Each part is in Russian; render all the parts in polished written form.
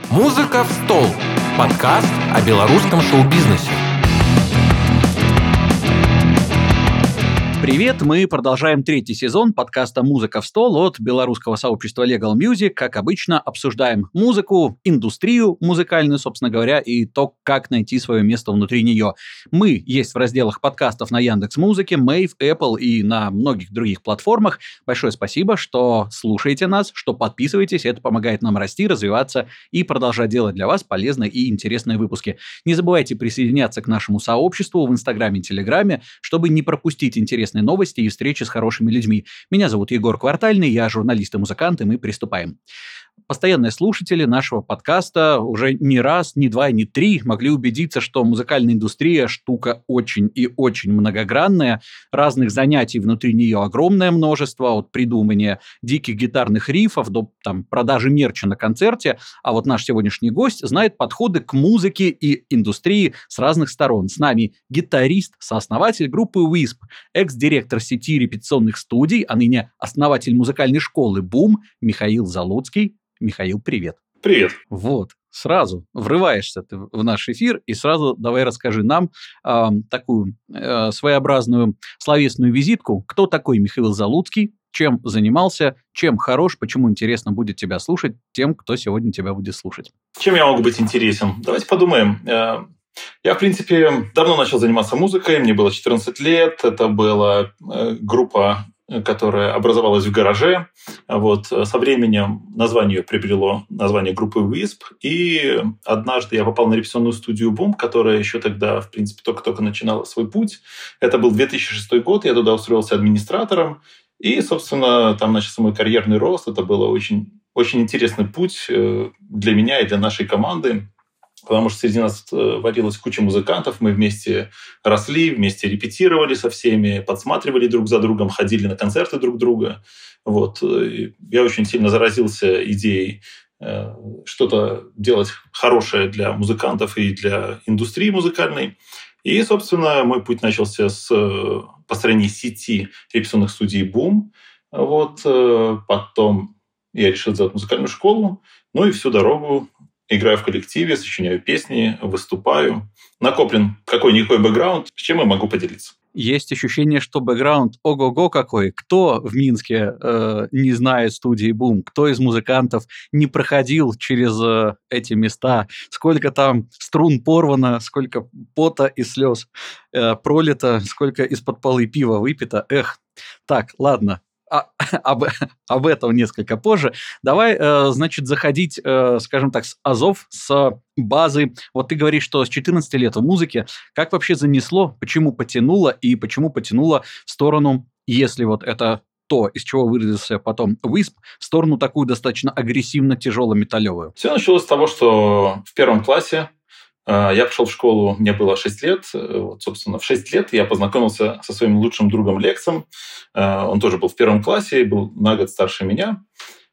«Музыка в стол» – подкаст о белорусском шоу-бизнесе. Привет, мы продолжаем третий сезон подкаста «Музыка в стол» от белорусского сообщества Legal Music. Как обычно, обсуждаем музыку, индустрию музыкальную, собственно говоря, и то, как найти свое место внутри нее. Мы есть в разделах подкастов на Яндекс.Музыке, Мэйв, Apple и на многих других платформах. Большое спасибо, что слушаете нас, что подписываетесь. Это помогает нам расти, развиваться и продолжать делать для вас полезные и интересные выпуски. Не забывайте присоединяться к нашему сообществу в Инстаграме и Телеграме, чтобы не пропустить интересные новости и встречи с хорошими людьми. Меня зовут Егор Квартальный, я журналист и музыкант, и мы приступаем. Постоянные слушатели нашего подкаста уже не раз, не два, не три могли убедиться, что музыкальная индустрия – штука очень и очень многогранная. Разных занятий внутри нее огромное множество, от придумывания диких гитарных рифов до продажи мерча на концерте. А вот наш сегодняшний гость знает подходы к музыке и индустрии с разных сторон. С нами гитарист, сооснователь группы WISP, экс-директор сети репетиционных студий, а ныне основатель музыкальной школы «Бум» Михаил Залуцкий. Михаил, привет. Привет. Вот, сразу врываешься ты в наш эфир, и сразу давай расскажи нам такую своеобразную словесную визитку. Кто такой Михаил Залуцкий, чем занимался, чем хорош, почему интересно будет тебя слушать тем, кто сегодня тебя будет слушать. Чем я могу быть интересен? Давайте подумаем. Я, в принципе, давно начал заниматься музыкой, мне было 14 лет, это была группа, которая образовалась в гараже. Вот. Со временем название ее приобрело название группы WISP. И однажды я попал на репетиционную студию «Бум», которая еще тогда, в принципе, только-только начинала свой путь. Это был 2006 год, я туда устроился администратором. И, собственно, там начался мой карьерный рост. Это был очень, очень интересный путь для меня и для нашей команды. Потому что среди нас варилась куча музыкантов, мы вместе росли, вместе репетировали со всеми, подсматривали друг за другом, ходили на концерты друг друга. Вот. Я очень сильно заразился идеей что-то делать хорошее для музыкантов и для индустрии музыкальной. И, собственно, мой путь начался с построения сети репетиционных студий «Бум». Вот. Потом я решил сделать музыкальную школу, ну и всю дорогу играю в коллективе, сочиняю песни, выступаю. Накоплен какой-никакой бэкграунд, с чем я могу поделиться. Есть ощущение, что бэкграунд ого-го какой. Кто в Минске не знает студии «Бум»? Кто из музыкантов не проходил через эти места? Сколько там струн порвано, сколько пота и слез пролито, сколько из-под полы пива выпито. Эх, так, ладно. Об этом несколько позже. Давай, значит, заходить, скажем так, с азов, с базы. Вот ты говоришь, что с 14 лет в музыке. Как вообще занесло, почему потянуло и почему потянуло в сторону, если вот это то, из чего выродился потом WISP, в сторону такую достаточно агрессивно-тяжело-металлевую? Все началось с того, что в первом классе я пошел в школу, мне было 6 лет. Вот, собственно, в 6 лет я познакомился со своим лучшим другом Лексом. Он тоже был в первом классе, был на год старше меня.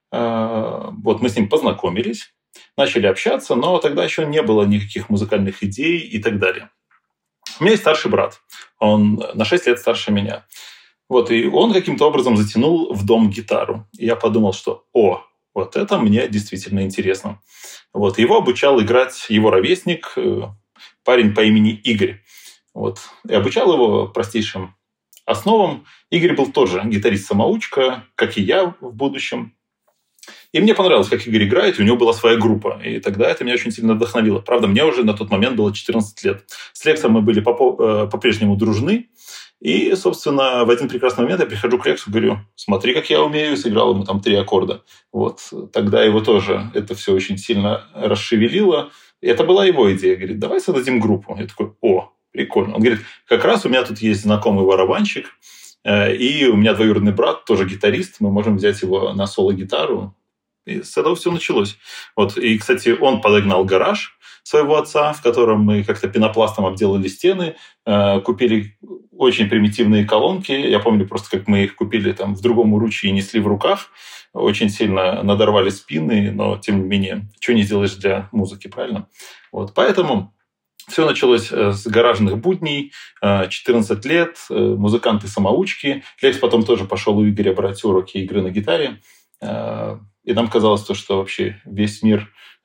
Вот мы с ним познакомились, начали общаться, но тогда еще не было никаких музыкальных идей и так далее. У меня есть старший брат, он на 6 лет старше меня. Вот, и он каким-то образом затянул в дом гитару. И я подумал, что вот это мне действительно интересно. Вот, его обучал играть его ровесник, парень по имени Игорь. Вот, и обучал его простейшим основам. Игорь был тоже гитарист-самоучка, как и я в будущем. И мне понравилось, как Игорь играет, и у него была своя группа. И тогда это меня очень сильно вдохновило. Правда, мне уже на тот момент было 14 лет. С Лексом мы были по-прежнему дружны. И, собственно, в один прекрасный момент я прихожу к Лексу, говорю: смотри, как я умею, и сыграл ему там 3 аккорда. Вот. Тогда его тоже это все очень сильно расшевелило. И это была его идея. Говорит: давай создадим группу. Я такой: прикольно. Он говорит: как раз у меня тут есть знакомый барабанщик, и у меня двоюродный брат, тоже гитарист, мы можем взять его на соло-гитару. И с этого все началось. Вот. И, кстати, он подогнал гараж своего отца, в котором мы как-то пенопластом обделали стены, купили очень примитивные колонки. Я помню просто, как мы их купили там в другом уручье и несли в руках. Очень сильно надорвали спины, но, тем не менее, что не сделаешь для музыки, правильно? Вот. Поэтому все началось с гаражных будней, 14 лет, музыканты-самоучки. Лекс потом тоже пошел у Игоря брать уроки игры на гитаре. И нам казалось, что вообще весь мир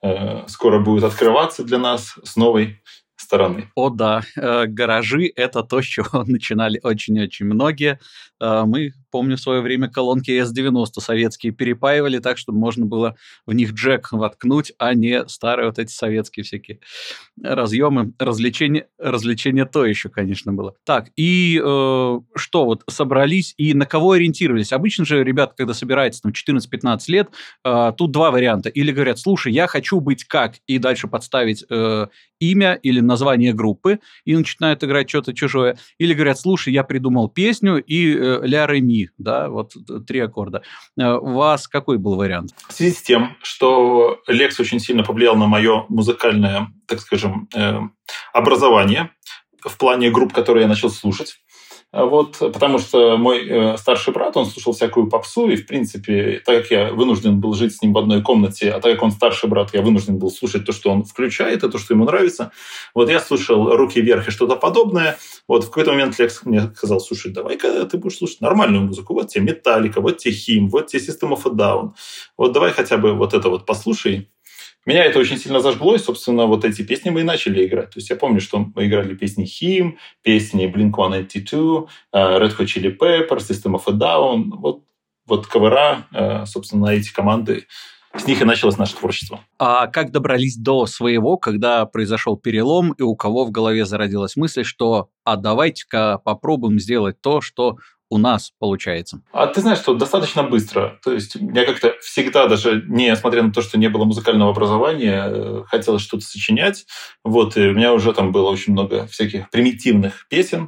скоро будет открываться для нас с новой стороны. О да, гаражи – это то, с чего начинали очень-очень многие. Мы, помню, в свое время колонки S90 советские перепаивали так, чтобы можно было в них джек воткнуть, а не старые вот эти советские всякие разъемы. Развлечение то еще, конечно, было. Так, и что вот собрались и на кого ориентировались? Обычно же ребята, когда собираются там 14-15 лет, тут два варианта. Или говорят, слушай, я хочу быть как, и дальше подставить имя или название группы, и начинают играть что-то чужое. Или говорят, слушай, я придумал песню, и ля, ре, ми, да, вот 3 аккорда. У вас какой был вариант? В связи с тем, что Лекс очень сильно повлиял на мое музыкальное, так скажем, образование в плане групп, которые я начал слушать. Вот, потому что мой старший брат, он слушал всякую попсу, и, в принципе, так как я вынужден был жить с ним в одной комнате, а так как он старший брат, я вынужден был слушать то, что он включает, и то, что ему нравится. Вот я слушал «Руки вверх» и что-то подобное. Вот в какой-то момент Лекс мне сказал, слушай, давай-ка ты будешь слушать нормальную музыку. Вот тебе Металлика, вот тебе Хим, вот тебе System of a Down. Вот давай хотя бы вот это вот послушай. Меня это очень сильно зажгло, и, собственно, вот эти песни мы и начали играть. То есть я помню, что мы играли песни Him, песни Blink-182, Red Hot Chili Peppers, System of a Down. Вот кавера, собственно, на эти команды. С них и началось наше творчество. А как добрались до своего, когда произошел перелом, и у кого в голове зародилась мысль, что «а давайте-ка попробуем сделать то, что у нас получается»? А ты знаешь, что достаточно быстро. То есть я как-то всегда, даже несмотря на то, что не было музыкального образования, хотелось что-то сочинять. Вот, и у меня уже там было очень много всяких примитивных песен,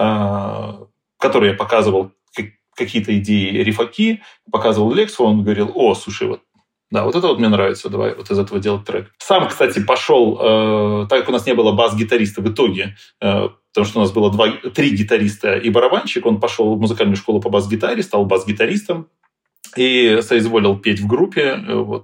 которые я показывал, какие-то идеи, рифаки, показывал Лексу, он говорил, о, слушай, вот да, вот это вот мне нравится, давай вот из этого делать трек. Сам, кстати, пошел, так как у нас не было бас-гитариста в итоге, потому что у нас было 3 гитариста и барабанщик, он пошел в музыкальную школу по бас-гитаре, стал бас-гитаристом и соизволил петь в группе. Вот.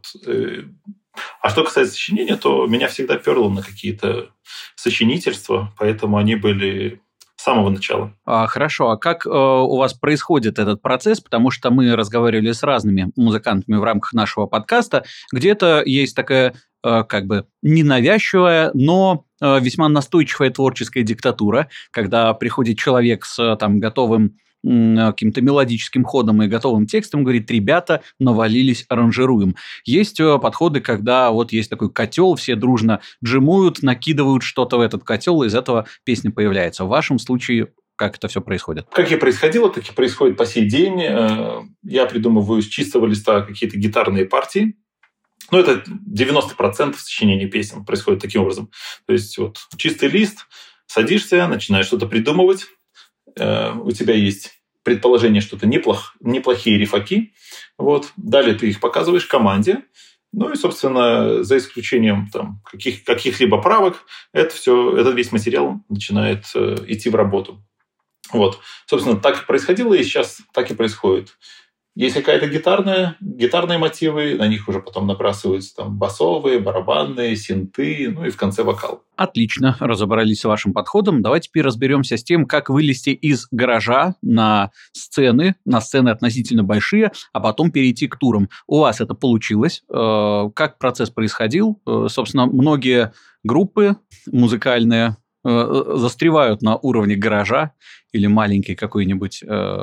А что касается сочинения, то меня всегда перло на какие-то сочинительства, поэтому они были с самого начала. Хорошо, а как у вас происходит этот процесс? Потому что мы разговаривали с разными музыкантами в рамках нашего подкаста. Где-то есть такая как бы ненавязчивая, но весьма настойчивая творческая диктатура, когда приходит человек с там готовым каким-то мелодическим ходом и готовым текстом, говорит, ребята, навалились, аранжируем. Есть подходы, когда вот есть такой котел, все дружно джимуют, накидывают что-то в этот котел, и из этого песня появляется. В вашем случае как это все происходит? Как и происходило, так и происходит по сей день. Я придумываю с чистого листа какие-то гитарные партии. Ну, это 90% сочинения песен происходит таким образом. То есть вот чистый лист, садишься, начинаешь что-то придумывать, у тебя есть предположение, что это неплохие рифаки. Вот. Далее ты их показываешь команде. Ну и, собственно, за исключением там, каких-либо правок, этот весь материал начинает идти в работу. Вот. Собственно, так и происходило, и сейчас так и происходит. Есть какая-то гитарные мотивы, на них уже потом набрасываются там басовые, барабанные, синты, ну и в конце вокал. Отлично, разобрались с вашим подходом. Давайте теперь разберемся с тем, как вылезти из гаража на сцены относительно большие, а потом перейти к турам. У вас это получилось? Как процесс происходил? Собственно, многие группы музыкальные застревают на уровне гаража или маленькой какой-нибудь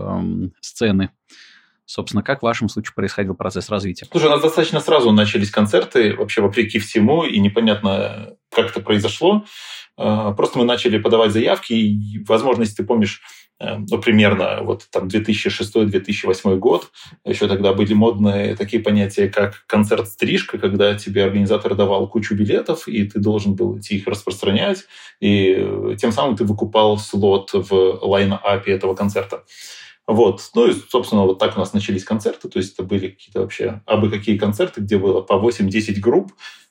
сцены. Собственно, как в вашем случае происходил процесс развития? Слушай, у нас достаточно сразу начались концерты, вообще вопреки всему, и непонятно, как это произошло. Просто мы начали подавать заявки, и, возможно, если ты помнишь, примерно вот там 2006-2008 год, еще тогда были модные такие понятия, как концерт-стрижка, когда тебе организатор давал кучу билетов, и ты должен был идти их распространять, и тем самым ты выкупал слот в лайн-апе этого концерта. Вот. Ну и, собственно, вот так у нас начались концерты. То есть это были какие-то вообще абы-какие концерты, где было по 8-10 групп.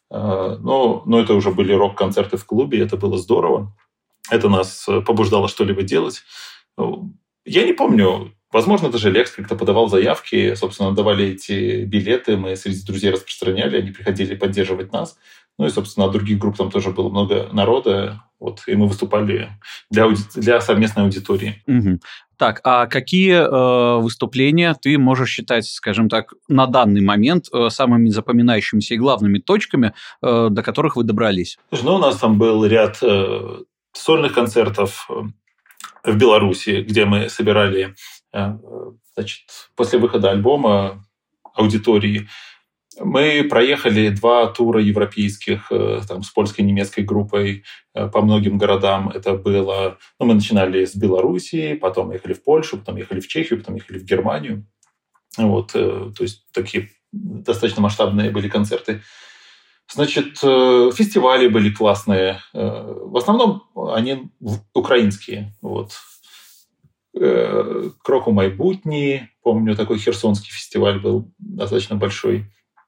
Но это уже были рок-концерты в клубе, и это было здорово. Это нас побуждало что-либо делать. Я не помню, возможно, даже Лекс как-то подавал заявки, собственно, давали эти билеты, мы среди друзей распространяли, они приходили поддерживать нас. Ну и, собственно, от других групп там тоже было много народа, вот, и мы выступали для совместной аудитории. Угу. Так, а какие выступления ты можешь считать, скажем так, на данный момент самыми запоминающимися и главными точками, до которых вы добрались? Ну, у нас там был ряд сольных концертов в Беларуси, где мы собирали, значит, после выхода альбома аудитории. Мы проехали 2 тура европейских там, с польской и немецкой группой по многим городам. Это было... Ну, мы начинали с Белоруссии, потом ехали в Польшу, потом ехали в Чехию, потом ехали в Германию. Вот, то есть такие достаточно масштабные были концерты. Значит, фестивали были классные. В основном они украинские. Вот. Кроку Майбутни, помню, такой херсонский фестиваль был достаточно большой.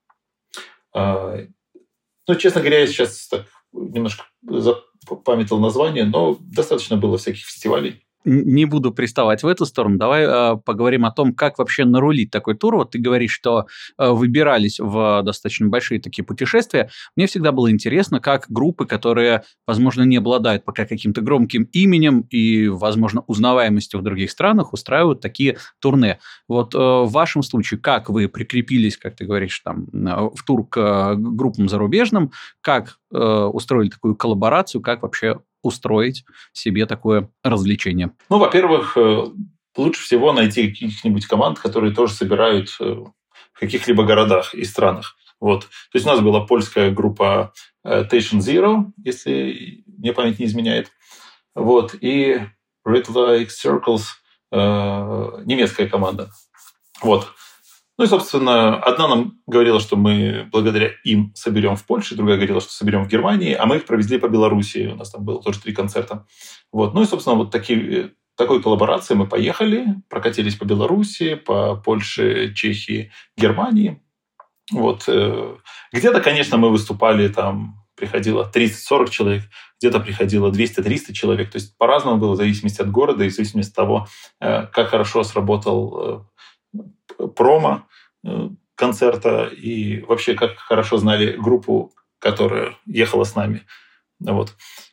Ну, честно говоря, я сейчас так немножко запамятовал название, но достаточно было всяких фестивалей. Не буду приставать в эту сторону. Давай поговорим о том, как вообще нарулить такой тур. Вот ты говоришь, что выбирались в достаточно большие такие путешествия. Мне всегда было интересно, как группы, которые, возможно, не обладают пока каким-то громким именем и, возможно, узнаваемостью в других странах, устраивают такие турне. Вот в вашем случае, как вы прикрепились, как ты говоришь, там, в тур к группам зарубежным, как устроили такую коллаборацию, как вообще устроить себе такое развлечение? Ну, во-первых, лучше всего найти каких-нибудь команд, которые тоже собирают в каких-либо городах и странах. Вот. То есть у нас была польская группа Station Zero, если мне память не изменяет. Вот. И Red Like Circles, немецкая команда. Вот. Ну и, собственно, одна нам говорила, что мы благодаря им соберем в Польше, другая говорила, что соберем в Германии, а мы их провезли по Беларуси. У нас там было тоже 3 концерта. Вот. Ну и, собственно, вот такой коллаборации мы поехали, прокатились по Беларуси, по Польше, Чехии, Германии. Вот. Где-то, конечно, мы выступали, там приходило 30-40 человек, где-то приходило 200-300 человек. То есть по-разному было в зависимости от города и в зависимости от того, как хорошо сработал промо концерта и вообще как хорошо знали группу, которая ехала с нами. Вот.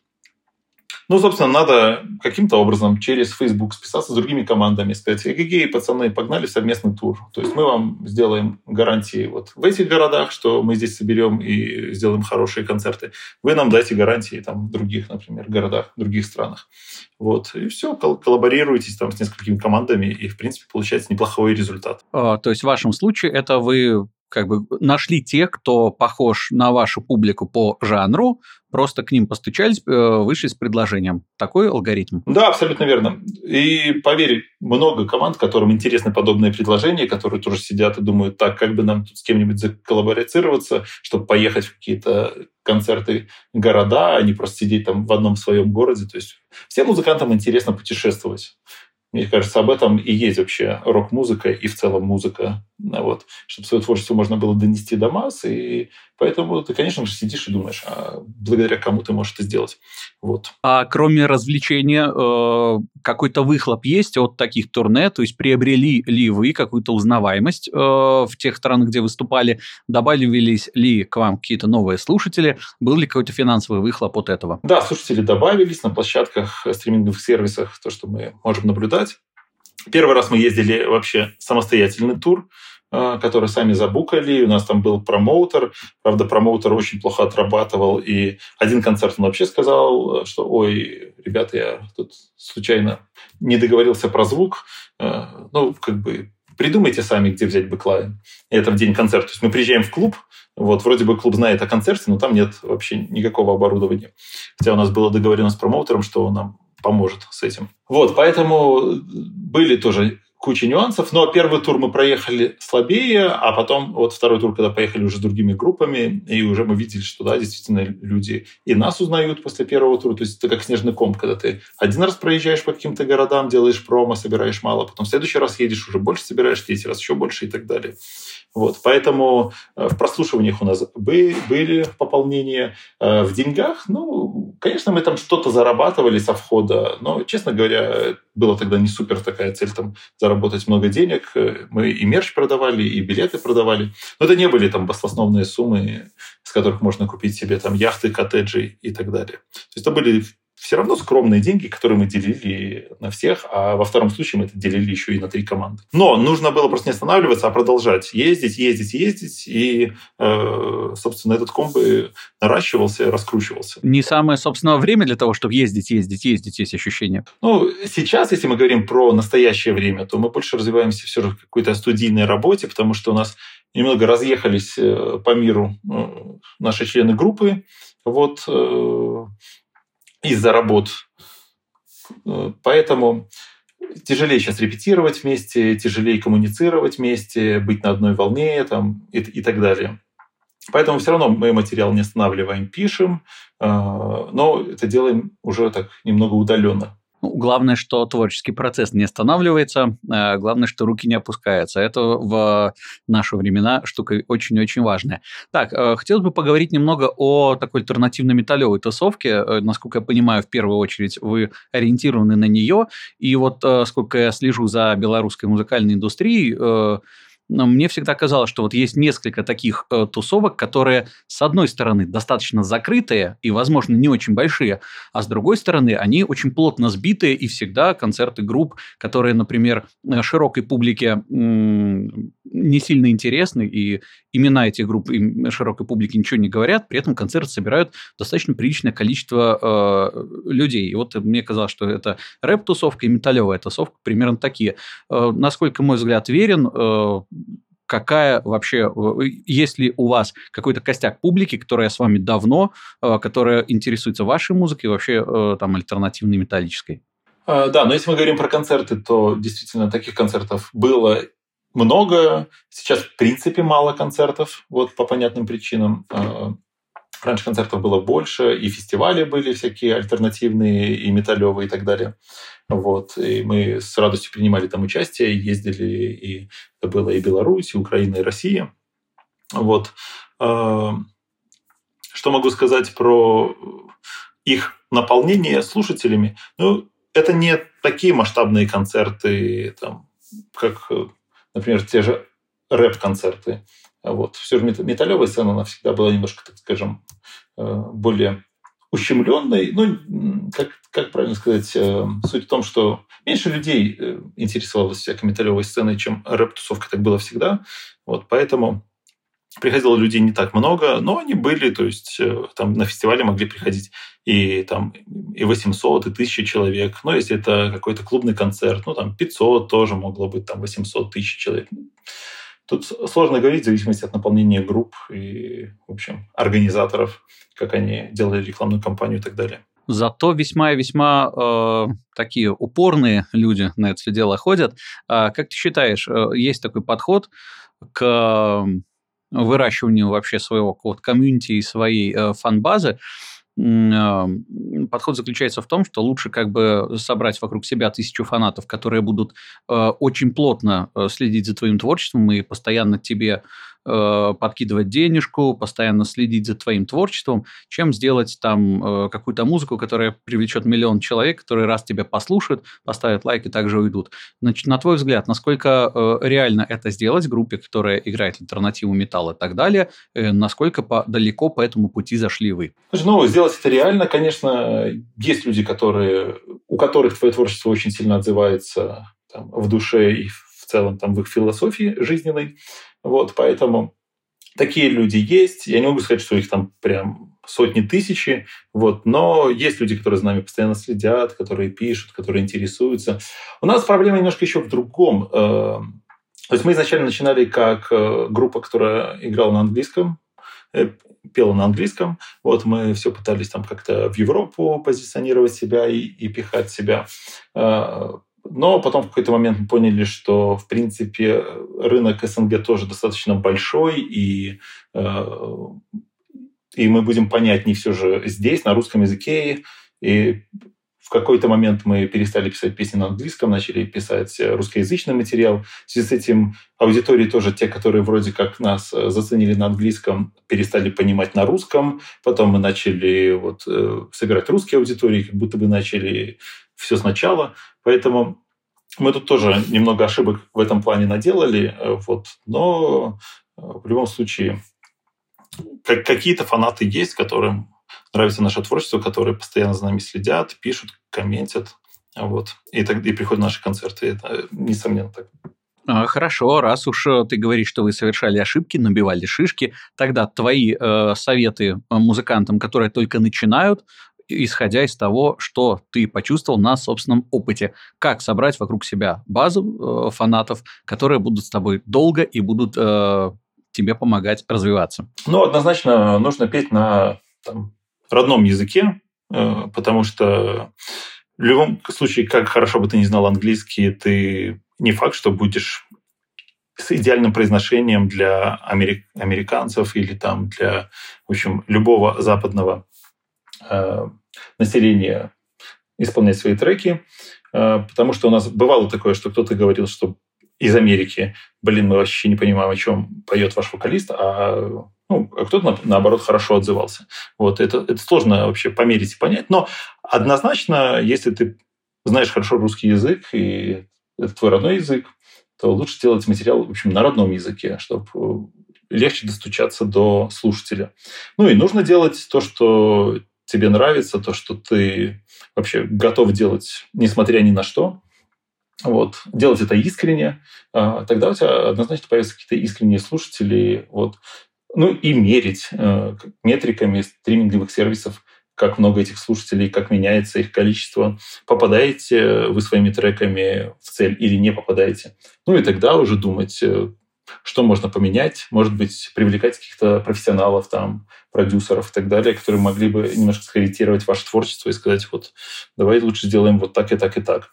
Ну, собственно, надо каким-то образом через Facebook списаться с другими командами, сказать: эгегей, пацаны, погнали в совместный тур. То есть мы вам сделаем гарантии вот в этих городах, что мы здесь соберем и сделаем хорошие концерты. Вы нам дайте гарантии там, в других, например, городах, в других странах. Вот. И все, коллаборируйтесь там с несколькими командами, и, в принципе, получается неплохой результат. То есть в вашем случае это вы как бы нашли тех, кто похож на вашу публику по жанру, просто к ним постучались, вышли с предложением. Такой алгоритм? Да, абсолютно верно. И поверь, много команд, которым интересны подобные предложения, которые тоже сидят и думают: так, как бы нам тут с кем-нибудь заколлаборироваться, чтобы поехать в какие-то концерты города, а не просто сидеть там в одном своем городе. То есть всем музыкантам интересно путешествовать. Мне кажется, об этом и есть вообще рок-музыка и в целом музыка. Вот, чтобы свое творчество можно было донести до масс. И поэтому ты, конечно же, сидишь и думаешь, а благодаря кому ты можешь это сделать. Вот. А кроме развлечения, какой-то выхлоп есть от таких турне? То есть приобрели ли вы какую-то узнаваемость в тех странах, где выступали? Добавились ли к вам какие-то новые слушатели? Был ли какой-то финансовый выхлоп от этого? Да, слушатели добавились на площадках, стриминговых сервисах, то, что мы можем наблюдать. Первый раз мы ездили вообще самостоятельный тур, который сами забукали. У нас там был промоутер. Правда, промоутер очень плохо отрабатывал. И один концерт он вообще сказал, что: ой, ребята, я тут случайно не договорился про звук. Ну, как бы придумайте сами, где взять бэклайн. И это в день концерта. То есть мы приезжаем в клуб, вот, вроде бы клуб знает о концерте, но там нет вообще никакого оборудования. Хотя у нас было договорено с промоутером, что он нам поможет с этим. Вот, поэтому были тоже куча нюансов. Но первый тур мы проехали слабее, а потом вот второй тур, когда поехали уже с другими группами, и уже мы видели, что да, действительно люди и нас узнают после первого тура. То есть это как снежный ком, когда ты один раз проезжаешь по каким-то городам, делаешь промо, собираешь мало, потом в следующий раз едешь, уже больше собираешь, в третий раз еще больше и так далее. Вот, поэтому в прослушиваниях у нас были пополнения, в деньгах, ну, Конечно, мы там что-то зарабатывали со входа, но, честно говоря, была тогда не супер такая цель там заработать много денег. Мы и мерч продавали, и билеты продавали. Но это не были там баснословные суммы, с которых можно купить себе там яхты, коттеджи и так далее. То есть это были все равно скромные деньги, которые мы делили на всех, а во втором случае мы это делили еще и на 3 команды. Но нужно было просто не останавливаться, а продолжать ездить. И, собственно, этот комбо наращивался, раскручивался. Не самое, собственно, время для того, чтобы ездить, есть ощущение. Ну, сейчас, если мы говорим про настоящее время, то мы больше развиваемся все же в какой-то студийной работе, потому что у нас немного разъехались по миру наши члены группы. Вот из-за работ. Поэтому тяжелее сейчас репетировать вместе, тяжелее коммуницировать вместе, быть на одной волне там, и так далее. Поэтому все равно мы материал не останавливаем, пишем, но это делаем уже так немного удаленно. Главное, что творческий процесс не останавливается, главное, что руки не опускаются. Это в наши времена штука очень-очень важная. Так, хотелось бы поговорить немного о такой альтернативно-металлевой тусовке. Насколько я понимаю, в первую очередь вы ориентированы на нее. И вот сколько я слежу за белорусской музыкальной индустрией, мне всегда казалось, что вот есть несколько таких тусовок, которые, с одной стороны, достаточно закрытые и, возможно, не очень большие, а с другой стороны, они очень плотно сбитые, и всегда концерты групп, которые, например, широкой публике не сильно интересны, и имена этих групп широкой публике ничего не говорят, при этом концерты собирают достаточно приличное количество людей. И вот мне казалось, что это рэп-тусовка и металлевая тусовка примерно такие. Насколько мой взгляд верен, какая вообще, есть ли у вас какой-то костяк публики, которая с вами давно, которая интересуется вашей музыкой, вообще там альтернативной металлической? Да, но если мы говорим про концерты, то действительно таких концертов было много. Сейчас, в принципе, мало концертов, вот по понятным причинам. Раньше концертов было больше, и фестивали были всякие альтернативные, и металлевые, и так далее. Вот. И мы с радостью принимали там участие, ездили, и это было и Беларусь, и Украина, и Россия. Вот. Что могу сказать про их наполнение слушателями? Ну, это не такие масштабные концерты, там, как, например, те же рэп-концерты. Вот. Все же металлевая сцена, она всегда была немножко, так скажем, более ущемленной. Ну, как правильно сказать, суть в том, что меньше людей интересовалось всякой металлевой сценой, чем рэп-тусовка, так было всегда. Вот, поэтому приходило людей не так много, но они были, то есть там на фестивале могли приходить и 800, и 1000 человек. Но если это какой-то клубный концерт, ну, там 500 тоже могло быть, там 800, 1000 человек. Тут сложно говорить в зависимости от наполнения групп и, в общем, организаторов, как они делали рекламную кампанию и так далее. Зато весьма и весьма такие упорные люди на это все дело ходят. Как ты считаешь, есть такой подход к выращиванию вообще своего какого-то комьюнити и своей фан-базы? Подход заключается в том, что лучше как бы собрать вокруг себя 1000 фанатов, которые будут очень плотно следить за твоим творчеством и постоянно тебе подкидывать денежку, постоянно следить за твоим творчеством, чем сделать там какую-то музыку, которая привлечет 1 000 000 человек, которые раз тебя послушают, поставят лайк и также уйдут. Значит, на твой взгляд, насколько реально это сделать группе, которая играет альтернативу металла и так далее, насколько далеко по этому пути зашли вы? Ну, сделать это реально, конечно, есть люди, у которых твое творчество очень сильно отзывается там, в душе и в целом там, в их философии жизненной. Вот, поэтому такие люди есть. Я не могу сказать, что их там прям сотни тысяч, вот, но есть люди, которые за нами постоянно следят, которые пишут, которые интересуются. У нас проблема немножко еще в другом. То есть мы изначально начинали как группа, которая играла на английском, пела на английском. Вот мы все пытались там как-то в Европу позиционировать себя и пихать себя. Но потом в какой-то момент мы поняли, что, в принципе, рынок СНГ тоже достаточно большой, и мы будем понятнее все же здесь, на русском языке. И в какой-то момент мы перестали писать песни на английском, начали писать русскоязычный материал. В связи с этим аудитории тоже, те, которые вроде как нас заценили на английском, перестали понимать на русском. Потом мы начали собирать русские аудитории, как будто бы начали все сначала. Поэтому мы тут тоже немного ошибок в этом плане наделали. Но в любом случае какие-то фанаты есть, которым нравится наше творчество, которые постоянно за нами следят, пишут, комментят, и приходят на наши концерты. Это несомненно так. Хорошо, раз уж ты говоришь, что вы совершали ошибки, набивали шишки, тогда твои советы музыкантам, которые только начинают, исходя из того, что ты почувствовал на собственном опыте, как собрать вокруг себя базу фанатов, которые будут с тобой долго и будут тебе помогать развиваться. Однозначно нужно петь на родном языке, потому что в любом случае, как хорошо бы ты не знал английский, ты не факт, что будешь с идеальным произношением для американцев или для, в общем, любого западного населения исполнять свои треки. Потому что у нас бывало такое, что кто-то говорил, что из Америки, мы вообще не понимаем, о чем поет ваш вокалист, а кто-то, наоборот, хорошо отзывался. Это сложно вообще померить и понять. Но однозначно, если ты знаешь хорошо русский язык, и это твой родной язык, то лучше делать материал, в общем, на родном языке, чтобы легче достучаться до слушателя. И нужно делать то, что тебе нравится, то, что ты вообще готов делать, несмотря ни на что. Делать это искренне, тогда у тебя однозначно появятся какие-то искренние слушатели. И мерить метриками стриминговых сервисов, как много этих слушателей, как меняется их количество, попадаете вы своими треками в цель или не попадаете. И тогда уже думать, что можно поменять, может быть, привлекать каких-то профессионалов, продюсеров и так далее, которые могли бы немножко скорректировать ваше творчество и сказать, давай лучше сделаем так и так и так.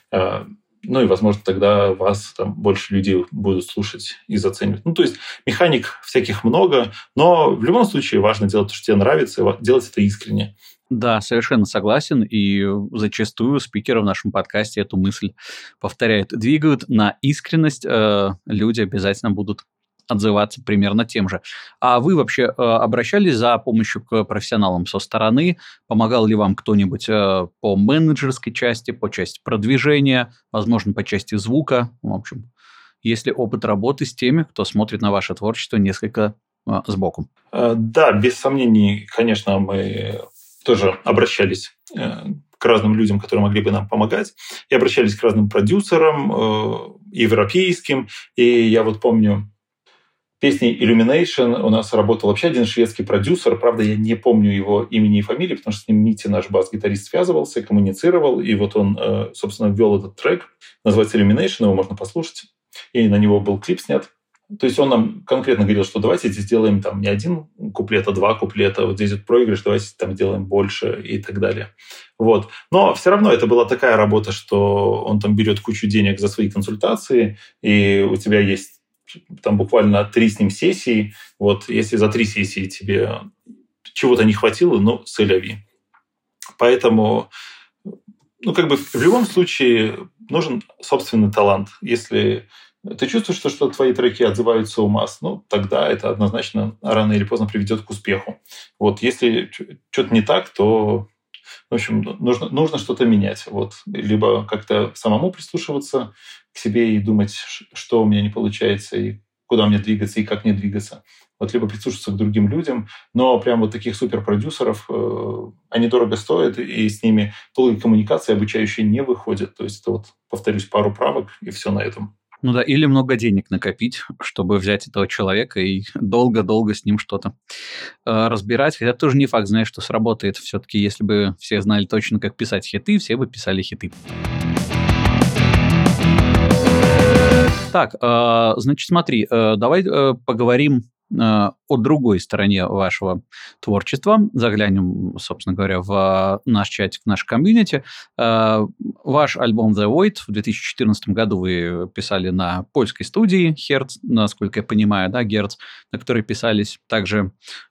И, возможно, тогда вас больше людей будут слушать и заценивать. То есть механик всяких много, но в любом случае важно делать то, что тебе нравится, и делать это искренне. Да, совершенно согласен, и зачастую спикеры в нашем подкасте эту мысль повторяют. Двигают на искренность, люди обязательно будут отзываться примерно тем же. А вы вообще обращались за помощью к профессионалам со стороны? Помогал ли вам кто-нибудь по менеджерской части, по части продвижения, возможно, по части звука? В общем, есть ли опыт работы с теми, кто смотрит на ваше творчество несколько сбоку? Да, без сомнений, конечно, мы тоже обращались к разным людям, которые могли бы нам помогать, и обращались к разным продюсерам, европейским. И я помню, песней Illumination у нас работал вообще один шведский продюсер. Правда, я не помню его имени и фамилии, потому что с ним Митя, наш бас-гитарист, связывался, коммуницировал. И он, собственно, ввел этот трек. Называется Illumination, его можно послушать. И на него был клип снят. То есть он нам конкретно говорил, что давайте здесь сделаем не один куплет, а 2 куплета. Здесь проигрыш, давайте сделаем больше и так далее. Но все равно это была такая работа, что он берет кучу денег за свои консультации, и у тебя есть буквально 3 с ним сессии. Если за 3 сессии тебе чего-то не хватило, сэляви. Поэтому, в любом случае нужен собственный талант. Если ты чувствуешь, что твои треки отзываются у масс, тогда это однозначно рано или поздно приведет к успеху. Если что-то не так, то, в общем, нужно что-то менять. Либо как-то самому прислушиваться к себе и думать, что у меня не получается, и куда мне двигаться, и как мне двигаться. Либо прислушиваться к другим людям. Но прям таких суперпродюсеров, они дорого стоят, и с ними долгие коммуникации обучающие не выходят. То есть это, повторюсь, пару правок, и все на этом. Или много денег накопить, чтобы взять этого человека и долго-долго с ним что-то разбирать. Хотя тоже не факт, что сработает. Все-таки, если бы все знали точно, как писать хиты, все бы писали хиты. Так, значит, смотри, давай поговорим о другой стороне вашего творчества. Заглянем, собственно говоря, в наш чатик, в наш комьюнити. Ваш альбом The Void в 2014 году вы писали на польской студии Hertz, насколько я понимаю, да, Hertz, на которой писались также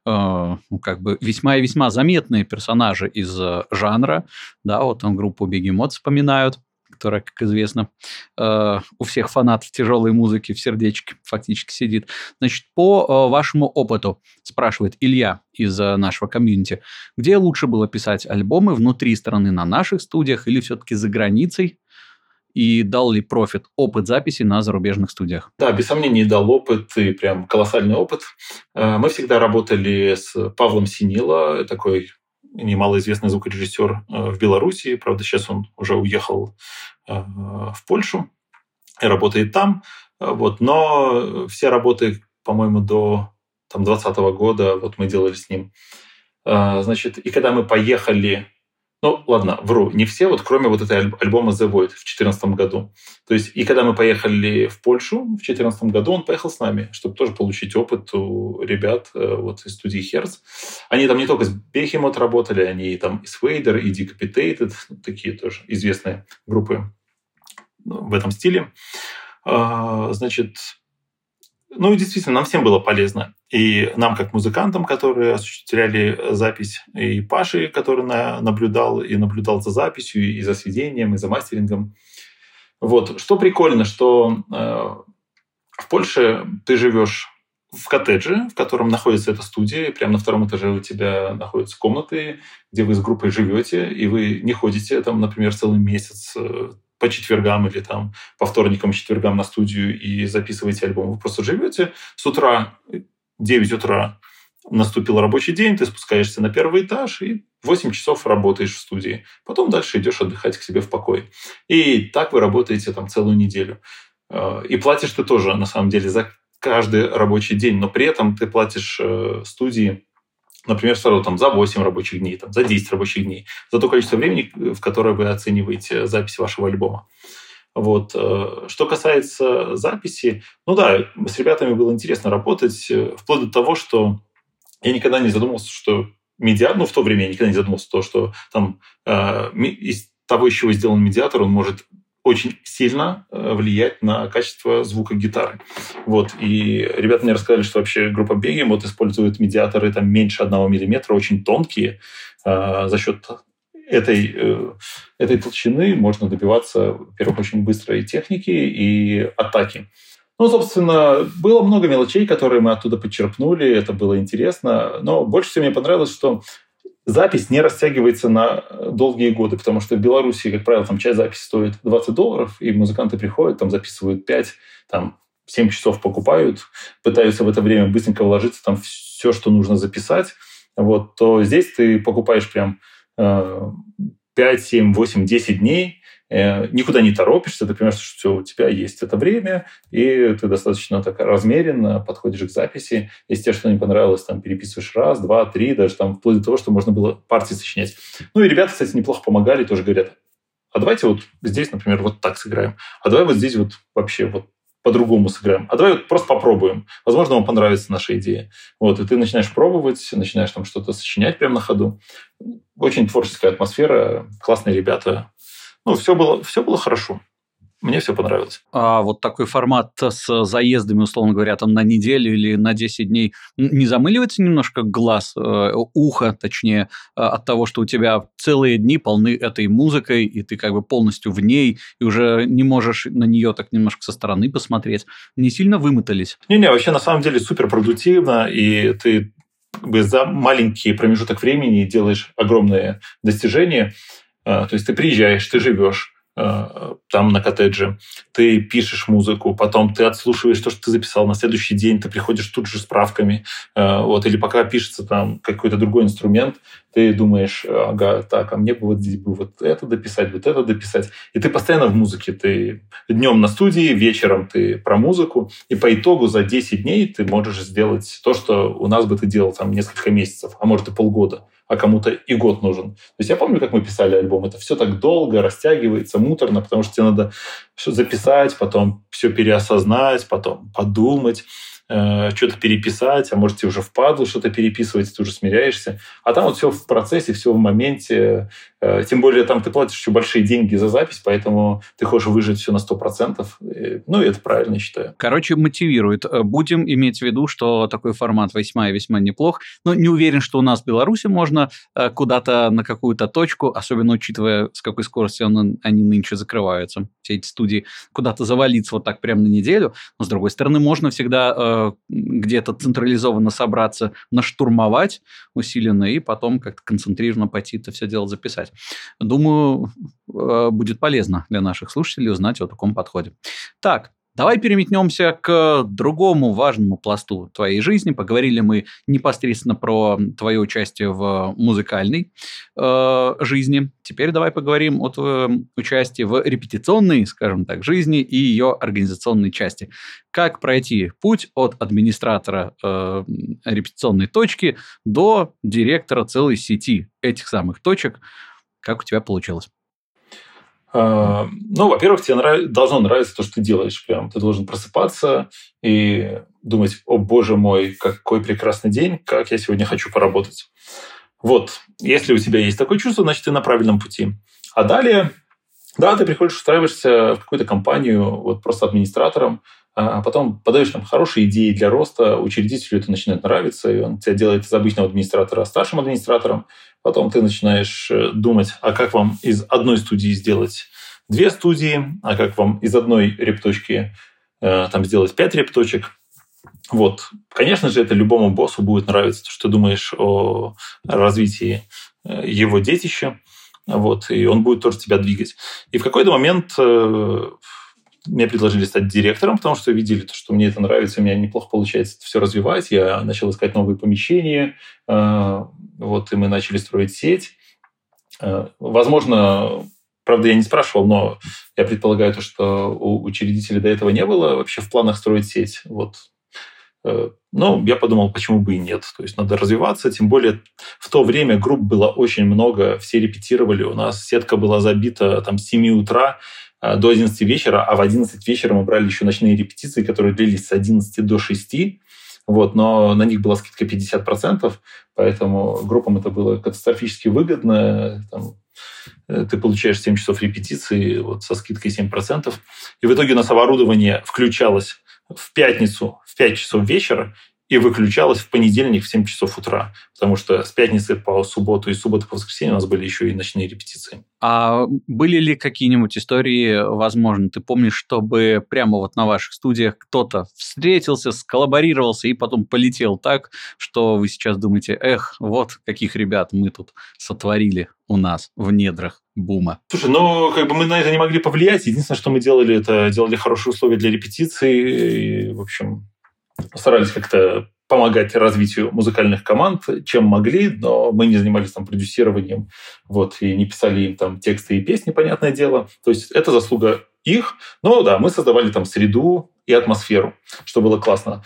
весьма и весьма заметные персонажи из жанра. Да, вот там группу Behemoth вспоминают, которая, как известно, у всех фанатов тяжелой музыки в сердечке фактически сидит. Значит, по вашему опыту, спрашивает Илья из нашего комьюнити, где лучше было писать альбомы, внутри страны на наших студиях или все-таки за границей? И дал ли профит опыт записи на зарубежных студиях? Да, без сомнений дал опыт, и прям колоссальный опыт. Мы всегда работали с Павлом Синило, такой немалоизвестный звукорежиссер в Беларуси. Правда, сейчас он уже уехал в Польшу и работает там. Вот. Но все работы, по-моему, до 2020 года вот мы делали с ним. Значит, и когда мы поехали... Ну, ладно, вру, не все, вот кроме вот этой альбома The Void в 2014 году. То есть, и когда мы поехали в Польшу в 2014 году, он поехал с нами, чтобы тоже получить опыт у ребят вот из студии Hertz. Они там не только с Behemoth работали, они там и с Vader, и Decapitated, такие тоже известные группы в этом стиле. Значит, ну и действительно, нам всем было полезно. И нам, как музыкантам, которые осуществляли запись, и Паше, который наблюдал за записью, и за сведением, и за мастерингом. Вот. Что прикольно, что в Польше ты живешь в коттедже, в котором находится эта студия, и прямо на втором этаже у тебя находятся комнаты, где вы с группой живете, и вы не ходите там, например, целый месяц по четвергам или там по вторникам, четвергам на студию и записываете альбом. Вы просто живете с утра, 9 утра наступил рабочий день, ты спускаешься на первый этаж и 8 часов работаешь в студии. Потом дальше идешь отдыхать к себе в покой. И так вы работаете там целую неделю. И платишь ты тоже, на самом деле, за каждый рабочий день, но при этом ты платишь студии, например, сразу там за 8 рабочих дней, там, за 10 рабочих дней, за то количество времени, в которое вы оцениваете запись вашего альбома. Вот. Что касается записи, ну да, с ребятами было интересно работать, вплоть до того, что я никогда не задумывался, что медиатор, ну в то время я никогда не задумывался, что там из того, из чего сделан медиатор, он может очень сильно влиять на качество звука гитары. Вот. И ребята мне рассказали, что вообще группа Behemoth использует медиаторы там меньше 1 миллиметра, очень тонкие. За счет этой толщины можно добиваться, во-первых, очень быстрой техники и атаки. Ну, собственно, было много мелочей, которые мы оттуда подчерпнули, это было интересно. Но больше всего мне понравилось, что запись не растягивается на долгие годы, потому что в Беларуси, как правило, там часть записи стоит $20, и музыканты приходят, там записывают 5, там 7 часов покупают, пытаются в это время быстренько вложиться, там все, что нужно записать. Вот, то здесь ты покупаешь прям 5, 7, 8, 10 дней, никуда не торопишься, ты понимаешь, что все, у тебя есть это время, и ты достаточно так размеренно подходишь к записи. Если тебе что-то не понравилось, там переписываешь 1, 2, 3, даже там вплоть до того, что можно было партии сочинять. Ну и ребята, кстати, неплохо помогали, тоже говорят, а давайте вот здесь, например, вот так сыграем, а давай вот здесь вот вообще вот по-другому сыграем. А давай вот просто попробуем. Возможно, вам понравится наша идея. Вот, и ты начинаешь пробовать, начинаешь там что-то сочинять прямо на ходу. Очень творческая атмосфера, классные ребята. Ну, все было хорошо. Мне все понравилось. А вот такой формат с заездами, условно говоря, там на неделю или на 10 дней не замыливается немножко глаз, ухо, точнее, от того, что у тебя целые дни полны этой музыкой, и ты как бы полностью в ней, и уже не можешь на нее так немножко со стороны посмотреть? Не сильно вымотались? Не-не, вообще на самом деле суперпродуктивно, и ты за маленький промежуток времени делаешь огромные достижения. То есть ты приезжаешь, ты живешь там на коттедже, ты пишешь музыку, потом ты отслушиваешь то, что ты записал, на следующий день ты приходишь тут же с правками, вот, или пока пишется там какой-то другой инструмент, ты думаешь, ага, так, а мне бы вот здесь бы вот это дописать, и ты постоянно в музыке, ты днем на студии, вечером ты про музыку, и по итогу за 10 дней ты можешь сделать то, что у нас бы ты делал там несколько месяцев, а может и полгода, а кому-то и год нужен. То есть я помню, как мы писали альбом, это все так долго растягивается, муторно, потому что тебе надо все записать, потом все переосознать, потом подумать, что-то переписать, а может, тебе уже впадло что-то переписывать, ты уже смиряешься. А там вот все в процессе, все в моменте. Тем более там ты платишь еще большие деньги за запись, поэтому ты хочешь выжать все на 100%. Ну, и это правильно, я считаю. Короче, мотивирует. Будем иметь в виду, что такой формат весьма и весьма неплох. Но не уверен, что у нас в Беларуси можно куда-то на какую-то точку, особенно учитывая, с какой скоростью они нынче закрываются, все эти студии, куда-то завалиться вот так прямо на неделю. Но, с другой стороны, можно всегда где-то централизованно собраться, наштурмовать усиленно и потом как-то концентрированно пойти это все дело записать. Думаю, будет полезно для наших слушателей узнать о таком подходе. Так, давай переметнемся к другому важному пласту твоей жизни. Поговорили мы непосредственно про твое участие в музыкальной жизни. Теперь давай поговорим о твоем участии в репетиционной, скажем так, жизни и ее организационной части. Как пройти путь от администратора репетиционной точки до директора целой сети этих самых точек? Как у тебя получилось? Ну, во-первых, тебе должно нравиться то, что ты делаешь. Прям. Ты должен просыпаться и думать: о, боже мой, какой прекрасный день, как я сегодня хочу поработать. Вот. Если у тебя есть такое чувство, значит, ты на правильном пути. А далее, да, ты приходишь, устраиваешься в какую-то компанию вот просто администратором, а потом подаешь там хорошие идеи для роста, учредителю это начинает нравиться, и он тебя делает из обычного администратора старшим администратором. Потом ты начинаешь думать, а как вам из одной студии сделать 2 студии, а как вам из одной репточки там сделать 5 репточек. Вот. Конечно же, это любому боссу будет нравиться, что ты думаешь о развитии его детища, вот, и он будет тоже тебя двигать. И в какой-то момент мне предложили стать директором, потому что видели, что мне это нравится, у меня неплохо получается это все развивать. Я начал искать новые помещения, вот, и мы начали строить сеть. Возможно, правда, я не спрашивал, но я предполагаю, что у учредителей до этого не было вообще в планах строить сеть. Вот. Но я подумал, почему бы и нет. То есть надо развиваться, тем более в то время групп было очень много, все репетировали, у нас сетка была забита там, с 7 утра до 11 вечера, а в 11 вечера мы брали еще ночные репетиции, которые длились с 11 до 6. Вот, но на них была скидка 50%, поэтому группам это было катастрофически выгодно. Там, ты получаешь 7 часов репетиции вот, со скидкой 7%. И в итоге у нас оборудование включалось в пятницу в 5 часов вечера и выключалось в понедельник в 7 часов утра. Потому что с пятницы по субботу и субботы по воскресенье у нас были еще и ночные репетиции. А были ли какие-нибудь истории, возможно, ты помнишь, чтобы прямо вот на ваших студиях кто-то встретился, сколлаборировался и потом полетел так, что вы сейчас думаете: эх, вот каких ребят мы тут сотворили у нас в недрах бума? Слушай, ну, как бы мы на это не могли повлиять. Единственное, что мы делали, это делали хорошие условия для репетиции. И, в общем, старались как-то помогать развитию музыкальных команд, чем могли, но мы не занимались там продюсированием, вот, и не писали им там тексты и песни, понятное дело. То есть это заслуга их. Но да, мы создавали там среду и атмосферу, что было классно.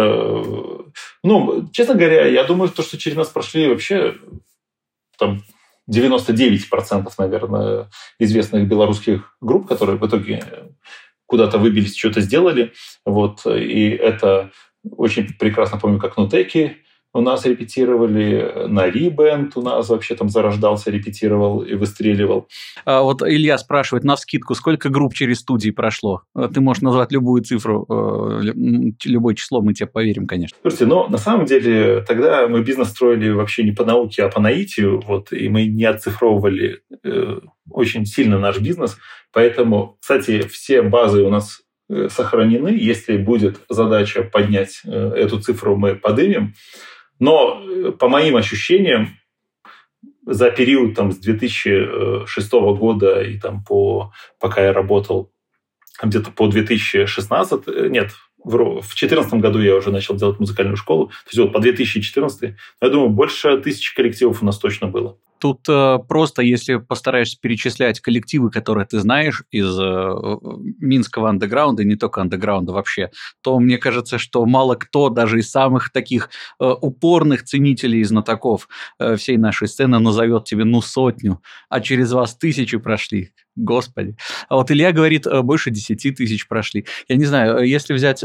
Ну, честно говоря, я думаю, что через нас прошли вообще там 99%, наверное, известных белорусских групп, которые в итоге куда-то выбились, что-то сделали. Вот, и это очень прекрасно помню, как Нутеки у нас репетировали, Нари Бенд у нас вообще там зарождался, репетировал и выстреливал. Вот Илья спрашивает навскидку, сколько групп через студии прошло? Ты можешь назвать любую цифру, любое число, мы тебе поверим, конечно. Слушайте, но на самом деле тогда мы бизнес строили вообще не по науке, а по наитию, вот, и мы не оцифровывали очень сильно наш бизнес, поэтому, кстати, все базы у нас сохранены. Если будет задача поднять эту цифру, мы поднимем. Но по моим ощущениям, за период там, с 2006 года и там, пока я работал где-то по 2016, нет, в 2014 году я уже начал делать музыкальную школу, то есть вот по 2014, я думаю, больше 1000 коллективов у нас точно было. Тут просто, если постараешься перечислять коллективы, которые ты знаешь из минского андеграунда, и не только андеграунда вообще, то мне кажется, что мало кто, даже из самых таких упорных ценителей и знатоков всей нашей сцены назовет тебе 100, а через вас 1000 прошли. Господи. А вот Илья говорит, больше 10 тысяч прошли. Я не знаю, если взять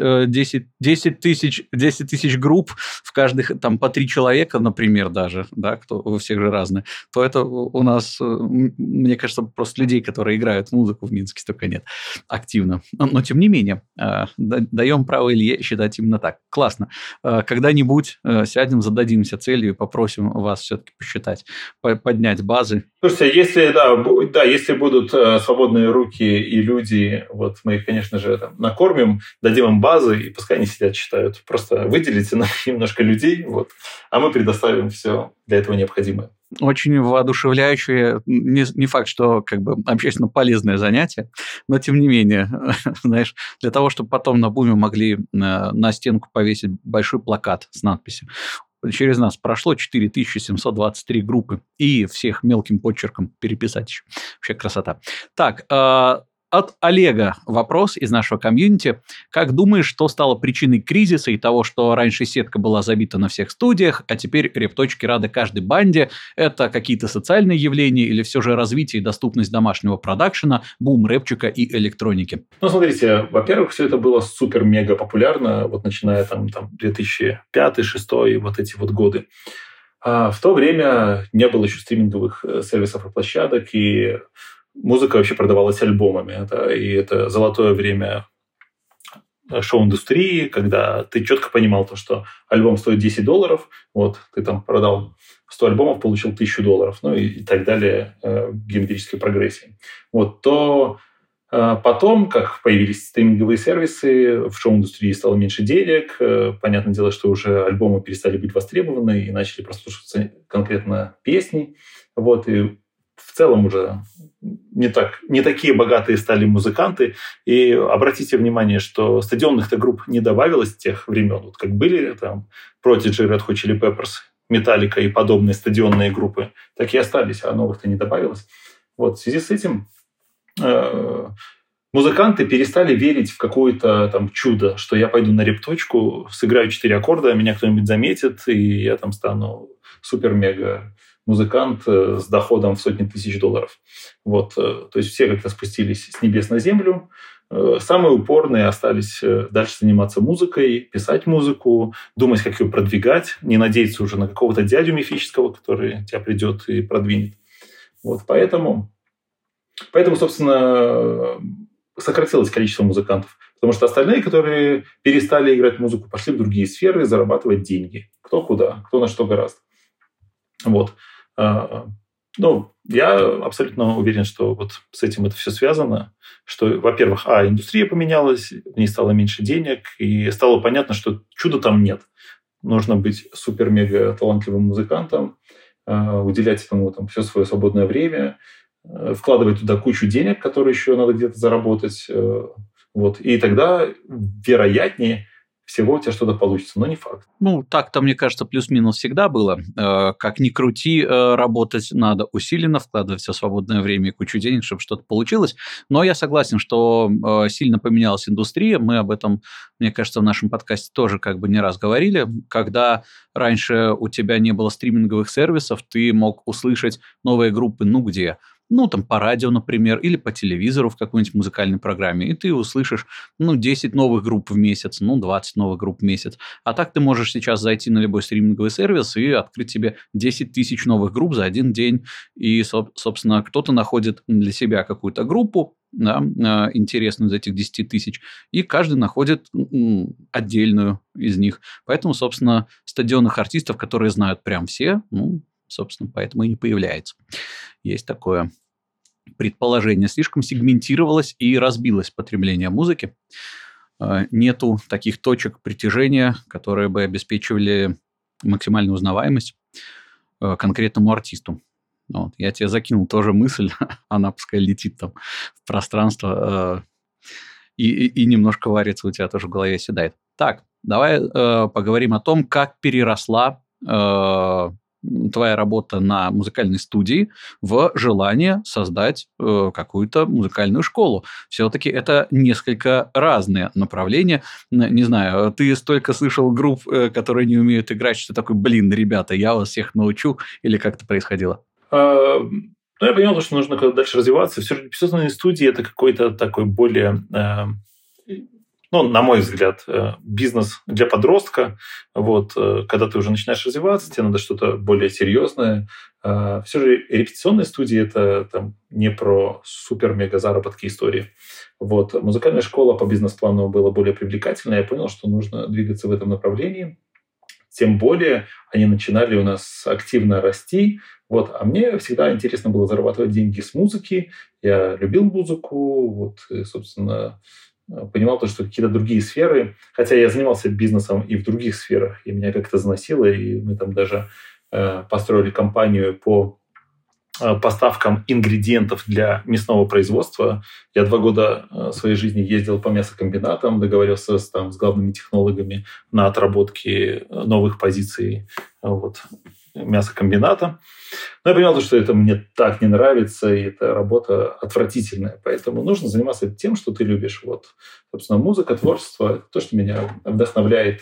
10 тысяч групп, в каждых там по 3 человека, например, даже, да, кто у всех же разные, то это у нас, мне кажется, просто людей, которые играют музыку в Минске, столько нет активно. Но тем не менее, даем право Илье считать именно так. Классно. Когда-нибудь сядем, зададимся целью и попросим вас все-таки посчитать, поднять базы. Слушайте, если будут свободные руки и люди, вот мы их, конечно же, там, накормим, дадим им базы, и пускай они сидят, читают. Просто выделите нам немножко людей, вот, а мы предоставим все для этого необходимое. Очень воодушевляющее, не факт, что как бы общественно полезное занятие, но тем не менее, знаешь, для того, чтобы потом на БУМе могли на стенку повесить большой плакат с надписью «Через нас прошло 4723 группы», и всех мелким почерком переписать еще. Вообще красота. Так, от Олега вопрос из нашего комьюнити. Как думаешь, что стало причиной кризиса и того, что раньше сетка была забита на всех студиях, а теперь репточки рады каждой банде? Это какие-то социальные явления или все же развитие и доступность домашнего продакшена, бум рэпчика и электроники? Ну, смотрите, во-первых, все это было супер-мега популярно, вот начиная там 2005-2006, вот эти вот годы. А в то время не было еще стриминговых сервисов и площадок, и музыка вообще продавалась альбомами. И это золотое время шоу-индустрии, когда ты четко понимал то, что альбом стоит $10, вот, ты там продал 100 альбомов, получил $1000, ну и так далее в геометрической прогрессии. Вот, то потом, как появились стриминговые сервисы, в шоу-индустрии стало меньше денег, понятное дело, что уже альбомы перестали быть востребованы и начали прослушиваться конкретно песни, вот, и в целом уже не такие богатые стали музыканты. И обратите внимание, что стадионных-то групп не добавилось с тех времен. Вот как были там Prodigy, Red Hot Chili Peppers, Metallica и подобные стадионные группы, так и остались, а новых-то не добавилось. Вот в связи с этим музыканты перестали верить в какое-то там чудо, что я пойду на репточку, сыграю 4 аккорда, меня кто-нибудь заметит, и я там стану супер-мега музыкант с доходом в сотни тысяч долларов. Вот, то есть все как-то спустились с небес на землю. Самые упорные остались дальше заниматься музыкой, писать музыку, думать, как ее продвигать, не надеяться уже на какого-то дядю мифического, который тебя придет и продвинет. Вот, поэтому, собственно, сократилось количество музыкантов. Потому что остальные, которые перестали играть музыку, пошли в другие сферы зарабатывать деньги. Кто куда, кто на что гораздо. Вот. Ну, я абсолютно уверен, что вот с этим это все связано, что, во-первых, индустрия поменялась, в ней стало меньше денег, и стало понятно, что чуда там нет. Нужно быть супер-мега талантливым музыкантом, уделять этому там все свое свободное время, вкладывать туда кучу денег, которые еще надо где-то заработать, вот, и тогда, вероятнее всего у тебя что-то получится, но не факт. Ну, так-то, мне кажется, плюс-минус всегда было. Как ни крути, работать надо усиленно, вкладывать все свободное время и кучу денег, чтобы что-то получилось. Но я согласен, что сильно поменялась индустрия. Мы об этом, мне кажется, в нашем подкасте тоже как бы не раз говорили. Когда раньше у тебя не было стриминговых сервисов, ты мог услышать новые группы, где? Ну, там, по радио, например, или по телевизору в какой-нибудь музыкальной программе, и ты услышишь, 10 новых групп в месяц, 20 новых групп в месяц. А так ты можешь сейчас зайти на любой стриминговый сервис и открыть себе 10 тысяч новых групп за один день. И, собственно, кто-то находит для себя какую-то группу, да, интересную из этих 10 тысяч, и каждый находит отдельную из них. Поэтому, собственно, стадионных артистов, которые знают прям все, собственно, поэтому и не появляется. Есть такое предположение. Слишком сегментировалось и разбилось потребление музыки. Нету таких точек притяжения, которые бы обеспечивали максимальную узнаваемость конкретному артисту. Вот. Я тебе закинул тоже мысль, она пускай летит там в пространство и немножко варится у тебя тоже в голове, оседает. Так, давай поговорим о том, как переросла твоя работа на музыкальной студии в желание создать какую-то музыкальную школу. Все-таки это несколько разные направления. Не знаю, ты столько слышал групп, которые не умеют играть, что такой, ребята, я вас всех научу, или как это происходило? Но я понял, что нужно куда-то дальше развиваться. Все же репетиционные студии – это какой-то такой более, на мой взгляд, бизнес для подростка. Вот, когда ты уже начинаешь развиваться, тебе надо что-то более серьезное. Все же репетиционные студии – это не про супер-мега-заработки истории. Вот. Музыкальная школа по бизнес-плану была более привлекательной. Я понял, что нужно двигаться в этом направлении. Тем более они начинали у нас активно расти. Вот. А мне всегда интересно было зарабатывать деньги с музыки. Я любил музыку. Вот. И, собственно, понимал то, что какие-то другие сферы, хотя я занимался бизнесом и в других сферах, и меня как-то заносило, и мы там даже построили компанию по поставкам ингредиентов для мясного производства. Я 2 года своей жизни ездил по мясокомбинатам, договорился с главными технологами на отработке новых позиций мясокомбината. Но я понял, что это мне так не нравится, и эта работа отвратительная. Поэтому нужно заниматься тем, что ты любишь. Вот. Собственно, музыка, творчество – это то, что меня вдохновляет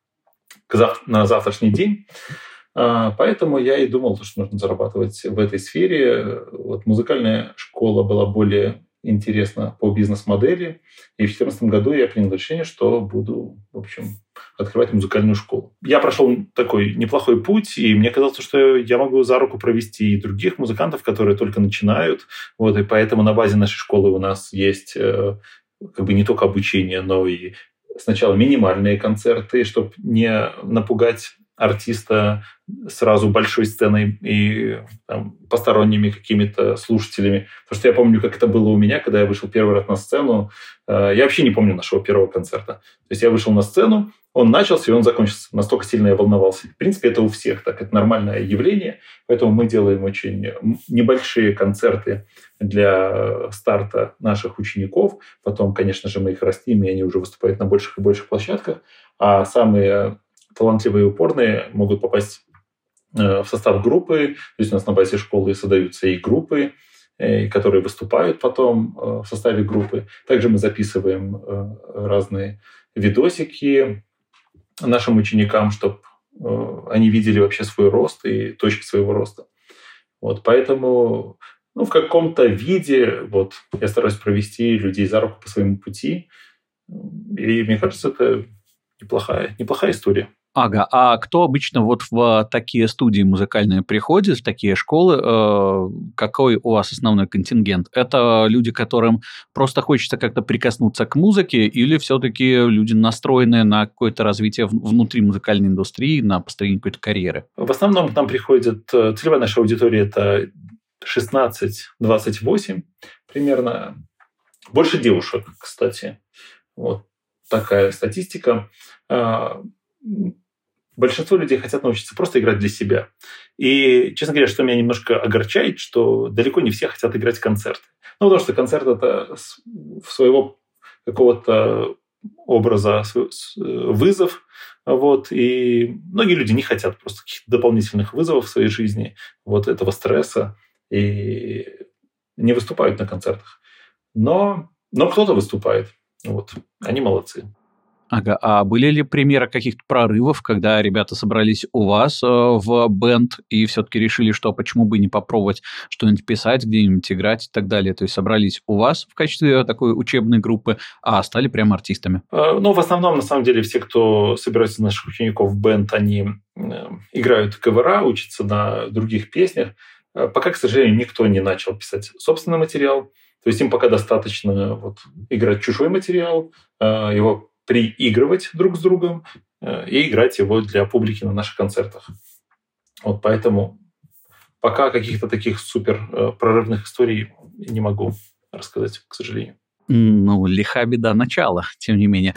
на завтрашний день. Поэтому я и думал, что нужно зарабатывать в этой сфере. Вот музыкальная школа была более интересна по бизнес-модели. И в 2014 году я принял решение, что буду, в общем, открывать музыкальную школу. Я прошел такой неплохой путь, и мне казалось, что я могу за руку провести и других музыкантов, которые только начинают. Вот, и поэтому на базе нашей школы у нас есть не только обучение, но и сначала минимальные концерты, чтобы не напугать артиста сразу большой сценой и посторонними какими-то слушателями. Потому что я помню, как это было у меня, когда я вышел первый раз на сцену. Я вообще не помню нашего первого концерта. То есть я вышел на сцену, он начался, и он закончился. Настолько сильно я волновался. В принципе, это у всех так. Это нормальное явление. Поэтому мы делаем очень небольшие концерты для старта наших учеников. Потом, конечно же, мы их растим, и они уже выступают на больших и больших площадках. А самые талантливые и упорные могут попасть в состав группы. То есть у нас на базе школы создаются и группы, которые выступают потом в составе группы. Также мы записываем разные видосики нашим ученикам, чтобы они видели вообще свой рост и точки своего роста. Вот, поэтому в каком-то виде я стараюсь провести людей за руку по своему пути. И мне кажется, это неплохая история. Ага, а кто обычно в такие студии музыкальные приходит, в такие школы? Какой у вас основной контингент? Это люди, которым просто хочется как-то прикоснуться к музыке, или все-таки люди, настроенные на какое-то развитие внутри музыкальной индустрии, на построение какой-то карьеры? В основном к нам приходит целевая наша аудитория – это 16-28 примерно. Больше девушек, кстати. Вот такая статистика. Большинство людей хотят научиться просто играть для себя. И, честно говоря, что меня немножко огорчает, что далеко не все хотят играть концерты. Потому что концерт – это своего какого-то образа вызов. И многие люди не хотят просто каких-то дополнительных вызовов в своей жизни, этого стресса, и не выступают на концертах. Но кто-то выступает. Они молодцы. Ага, а были ли примеры каких-то прорывов, когда ребята собрались у вас в бэнд и все-таки решили, что почему бы не попробовать что-нибудь писать, где-нибудь играть и так далее? То есть собрались у вас в качестве такой учебной группы, а стали прям артистами? В основном, на самом деле, все, кто собирается из наших учеников в бэнд, они играют кавера, учатся на других песнях. Пока, к сожалению, никто не начал писать собственный материал. То есть им пока достаточно играть чужой материал, его приигрывать друг с другом и играть его для публики на наших концертах. Поэтому пока каких-то таких супер прорывных историй не могу рассказать, к сожалению. Лиха беда начала, тем не менее.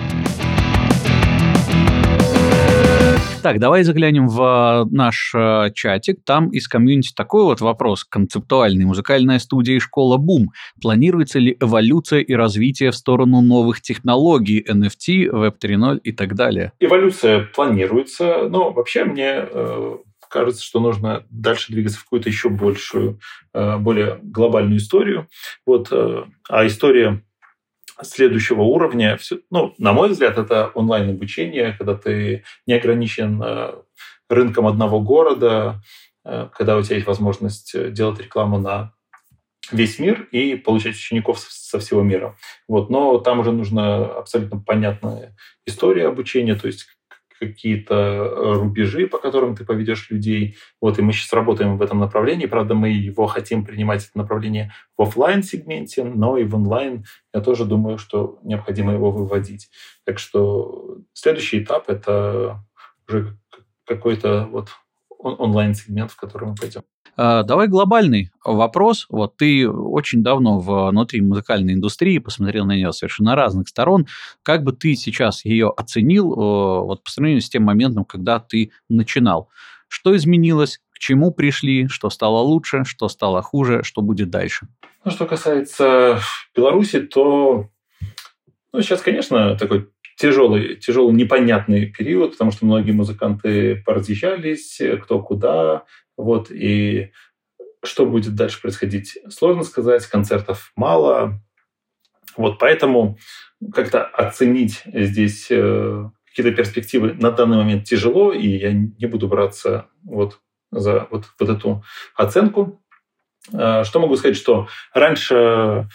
Так, давай заглянем в наш чатик. Там из комьюнити такой вопрос концептуальный. Музыкальная студия и школа «Бум». Планируется ли эволюция и развитие в сторону новых технологий, NFT, Web 3.0 и так далее? Эволюция планируется, но вообще мне кажется, что нужно дальше двигаться в какую-то еще большую, более глобальную историю. А история следующего уровня, на мой взгляд, это онлайн-обучение, когда ты не ограничен рынком одного города, когда у тебя есть возможность делать рекламу на весь мир и получать учеников со всего мира. Вот. Но там уже нужна абсолютно понятная история обучения, то есть какие-то рубежи, по которым ты поведешь людей. Вот, и мы сейчас работаем в этом направлении. Правда, мы его хотим принимать, это направление, в офлайн-сегменте, но и в онлайн. Я тоже думаю, что необходимо его выводить. Так что следующий этап – это уже какой-то вот онлайн-сегмент, в который мы пойдем. Давай глобальный вопрос. Вот ты очень давно внутри музыкальной индустрии, посмотрел на нее совершенно разных сторон. Как бы ты сейчас ее оценил вот по сравнению с тем моментом, когда ты начинал? Что изменилось, к чему пришли, что стало лучше, что стало хуже, что будет дальше? Ну, что касается Беларуси, то сейчас, конечно, такой тяжелый, непонятный период, потому что многие музыканты поразъезжались, кто куда. Вот, и что будет дальше происходить, сложно сказать, концертов мало. Вот, поэтому как-то оценить здесь какие-то перспективы на данный момент тяжело, и я не буду браться за эту оценку. Что могу сказать, что раньше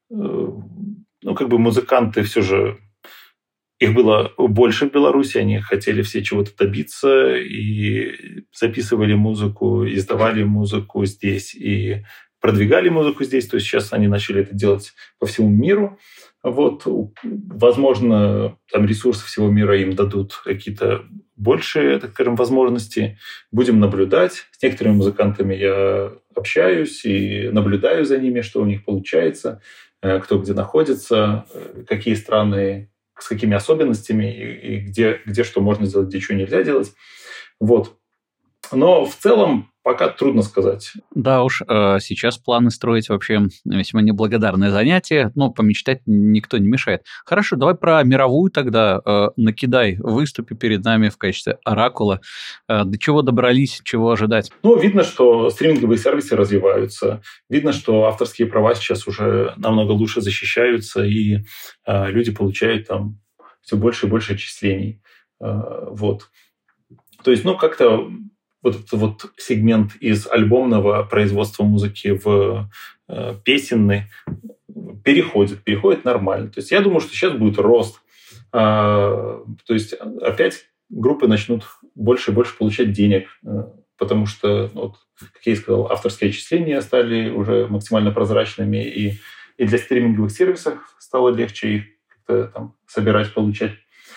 музыканты все же их было больше в Беларуси, они хотели все чего-то добиться и записывали музыку, издавали музыку здесь и продвигали музыку здесь. То есть сейчас они начали это делать по всему миру. Вот, возможно, там ресурсы всего мира им дадут какие-то большие, так скажем, возможности. Будем наблюдать. С некоторыми музыкантами я общаюсь и наблюдаю за ними, что у них получается, кто где находится, какие страны с какими особенностями и где что можно сделать, где что нельзя делать. Вот. Но в целом пока трудно сказать. Да уж, сейчас планы строить вообще весьма неблагодарное занятие, но помечтать никто не мешает. Хорошо, давай про мировую тогда накидай, выступи перед нами в качестве оракула. До чего добрались, чего ожидать? Видно, что стриминговые сервисы развиваются, видно, что авторские права сейчас уже намного лучше защищаются, и люди получают там все больше и больше отчислений. Вот. То есть, как-то этот сегмент из альбомного производства музыки в песенный переходит нормально. То есть я думаю, что сейчас будет рост. То есть опять группы начнут больше и больше получать денег, потому что, как я и сказал, авторские отчисления стали уже максимально прозрачными, и для стриминговых сервисов стало легче их как-то там собирать, получать.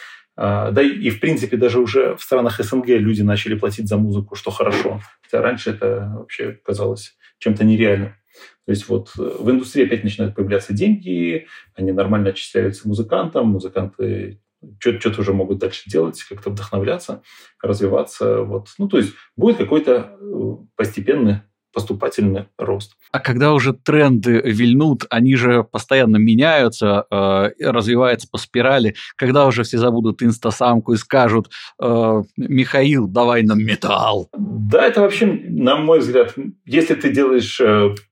Да и, в принципе, даже уже в странах СНГ люди начали платить за музыку, что хорошо. Хотя раньше это вообще казалось чем-то нереальным. То есть в индустрии опять начинают появляться деньги, они нормально отчисляются музыкантам, музыканты что-то уже могут дальше делать, как-то вдохновляться, развиваться. То есть будет какой-то постепенный поступательный рост. А когда уже тренды вильнут, они же постоянно меняются, развиваются по спирали, когда уже все забудут инстасамку и скажут: Михаил, давай нам металл. Да, это вообще, на мой взгляд, если ты делаешь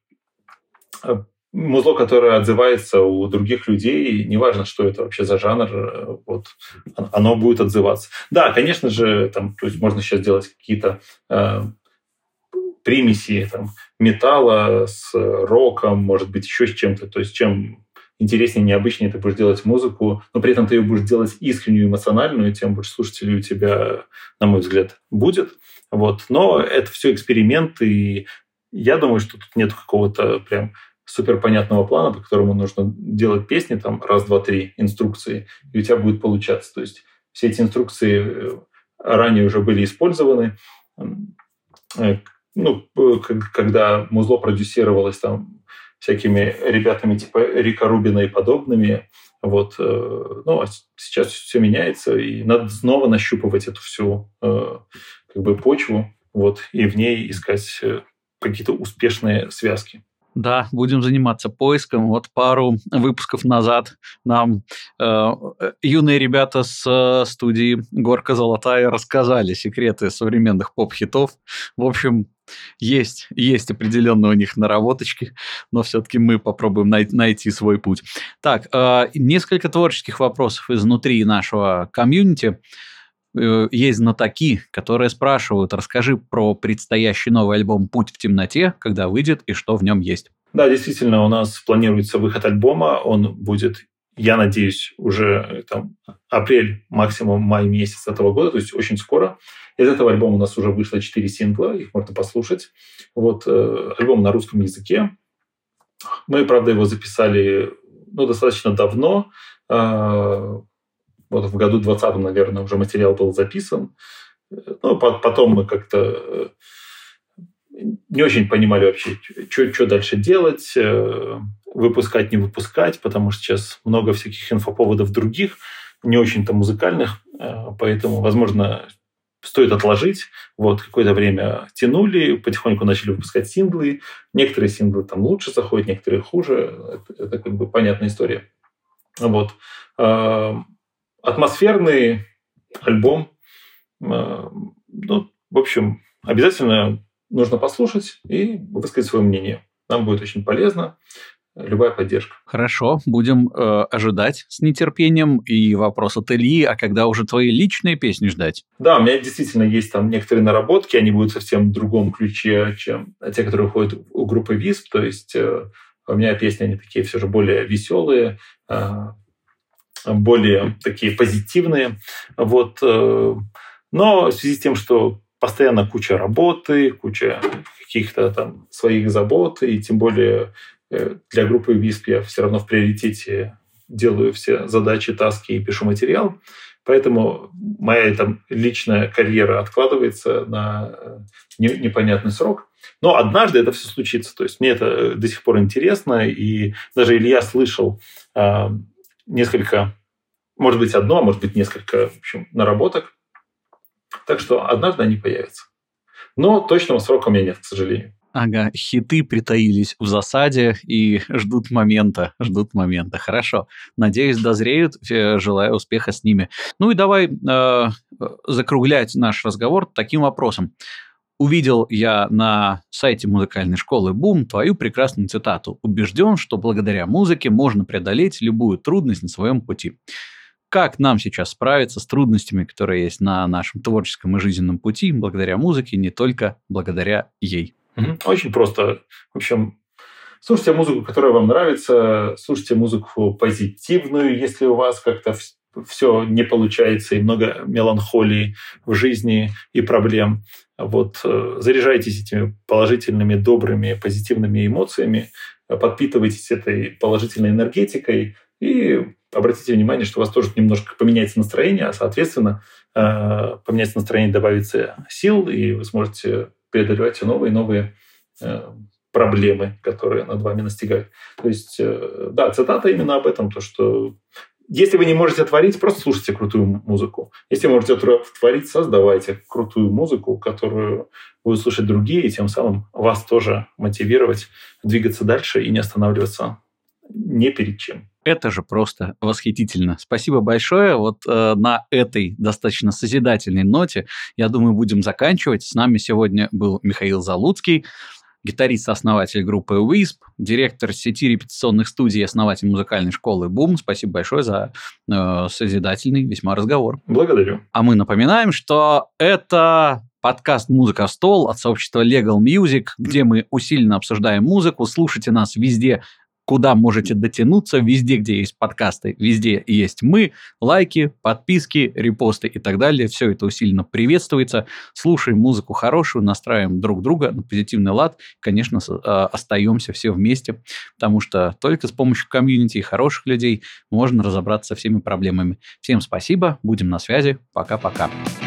музло, которое отзывается у других людей, неважно, что это вообще за жанр, оно будет отзываться. Да, конечно же, то есть можно сейчас делать какие-то примеси металла с роком, может быть, еще с чем-то. То есть чем интереснее, необычнее ты будешь делать музыку, но при этом ты ее будешь делать искреннюю, эмоциональную, тем больше слушателей у тебя, на мой взгляд, будет. Но это все эксперимент, и я думаю, что тут нет какого-то прям супер понятного плана, по которому нужно делать песни, раз, два, три инструкции, и у тебя будет получаться. То есть все эти инструкции ранее уже были использованы. Когда музло продюсировалось всякими ребятами типа Рика Рубина и подобными, а сейчас все меняется, и надо снова нащупывать эту всю почву, и в ней искать какие-то успешные связки. Да, будем заниматься поиском. Пару выпусков назад нам юные ребята с студии «Горка золотая» рассказали секреты современных поп-хитов. В общем, есть определенные у них наработочки, но все-таки мы попробуем найти свой путь. Так, несколько творческих вопросов изнутри нашего комьюнити. есть знатоки, которые спрашивают, расскажи про предстоящий новый альбом «Путь в темноте», когда выйдет и что в нем есть. Да, действительно, у нас планируется выход альбома. Он будет, я надеюсь, уже апрель, максимум май месяц этого года, то есть очень скоро. Из этого альбома у нас уже вышло 4 сингла, их можно послушать. Альбом на русском языке. Мы, правда, его записали достаточно давно. В году 2020, наверное, уже материал был записан. Потом мы как-то не очень понимали вообще, что дальше делать, выпускать, не выпускать, потому что сейчас много всяких инфоповодов других, не очень-то музыкальных, поэтому, возможно, стоит отложить. Какое-то время тянули, потихоньку начали выпускать синглы. Некоторые синглы лучше заходят, некоторые хуже. Это понятная история. Атмосферный альбом. В общем, обязательно нужно послушать и высказать свое мнение. Нам будет очень полезно. Любая поддержка. Хорошо, будем ожидать с нетерпением. И вопрос от Ильи, а когда уже твои личные песни ждать? Да, у меня действительно есть некоторые наработки, они будут совсем в другом ключе, чем те, которые уходят у группы Wisp. То есть у меня песни, они такие все же более веселые, более такие позитивные. Но в связи с тем, что постоянно куча работы, куча каких-то своих забот, и тем более для группы Wisp я все равно в приоритете делаю все задачи, таски и пишу материал. Поэтому моя личная карьера откладывается на непонятный срок. Но однажды это все случится. То есть мне это до сих пор интересно. И даже Илья слышал несколько, может быть, одно, а может быть, несколько, в общем, наработок. Так что однажды они появятся. Но точного срока у меня нет, к сожалению. Ага, хиты притаились в засаде и ждут момента. Хорошо. Надеюсь, дозреют. Желаю успеха с ними. И давай закруглять наш разговор таким вопросом. Увидел я на сайте музыкальной школы «Бум» твою прекрасную цитату. «Убежден, что благодаря музыке можно преодолеть любую трудность на своем пути». Как нам сейчас справиться с трудностями, которые есть на нашем творческом и жизненном пути, благодаря музыке, не только благодаря ей? Очень просто. В общем, слушайте музыку, которая вам нравится, слушайте музыку позитивную, если у вас как-то все не получается и много меланхолии в жизни и проблем. Заряжайтесь этими положительными, добрыми, позитивными эмоциями, подпитывайтесь этой положительной энергетикой и обратите внимание, что у вас тоже немножко поменяется настроение, а, соответственно, поменяется настроение, добавится сил, и вы сможете преодолевать все новые и новые проблемы, которые над вами настигают. То есть, да, цитата именно об этом, то, что если вы не можете творить, просто слушайте крутую музыку. Если можете творить, создавайте крутую музыку, которую будут слушать другие, и тем самым вас тоже мотивировать двигаться дальше и не останавливаться ни перед чем. Это же просто восхитительно. Спасибо большое. На этой достаточно созидательной ноте, я думаю, будем заканчивать. С нами сегодня был Михаил Залуцкий, гитарист-основатель группы Wisp, директор сети репетиционных студий и основатель музыкальной школы «Бум». Спасибо большое за созидательный весьма разговор. Благодарю. А мы напоминаем, что это подкаст «Музыка в стол» от сообщества Legal Music, где мы усиленно обсуждаем музыку. Слушайте нас везде, куда можете дотянуться, везде, где есть подкасты, везде есть мы, лайки, подписки, репосты и так далее. Все это усиленно приветствуется. Слушаем музыку хорошую, настраиваем друг друга на позитивный лад. Конечно, остаемся все вместе, потому что только с помощью комьюнити и хороших людей можно разобраться со всеми проблемами. Всем спасибо, будем на связи. Пока-пока.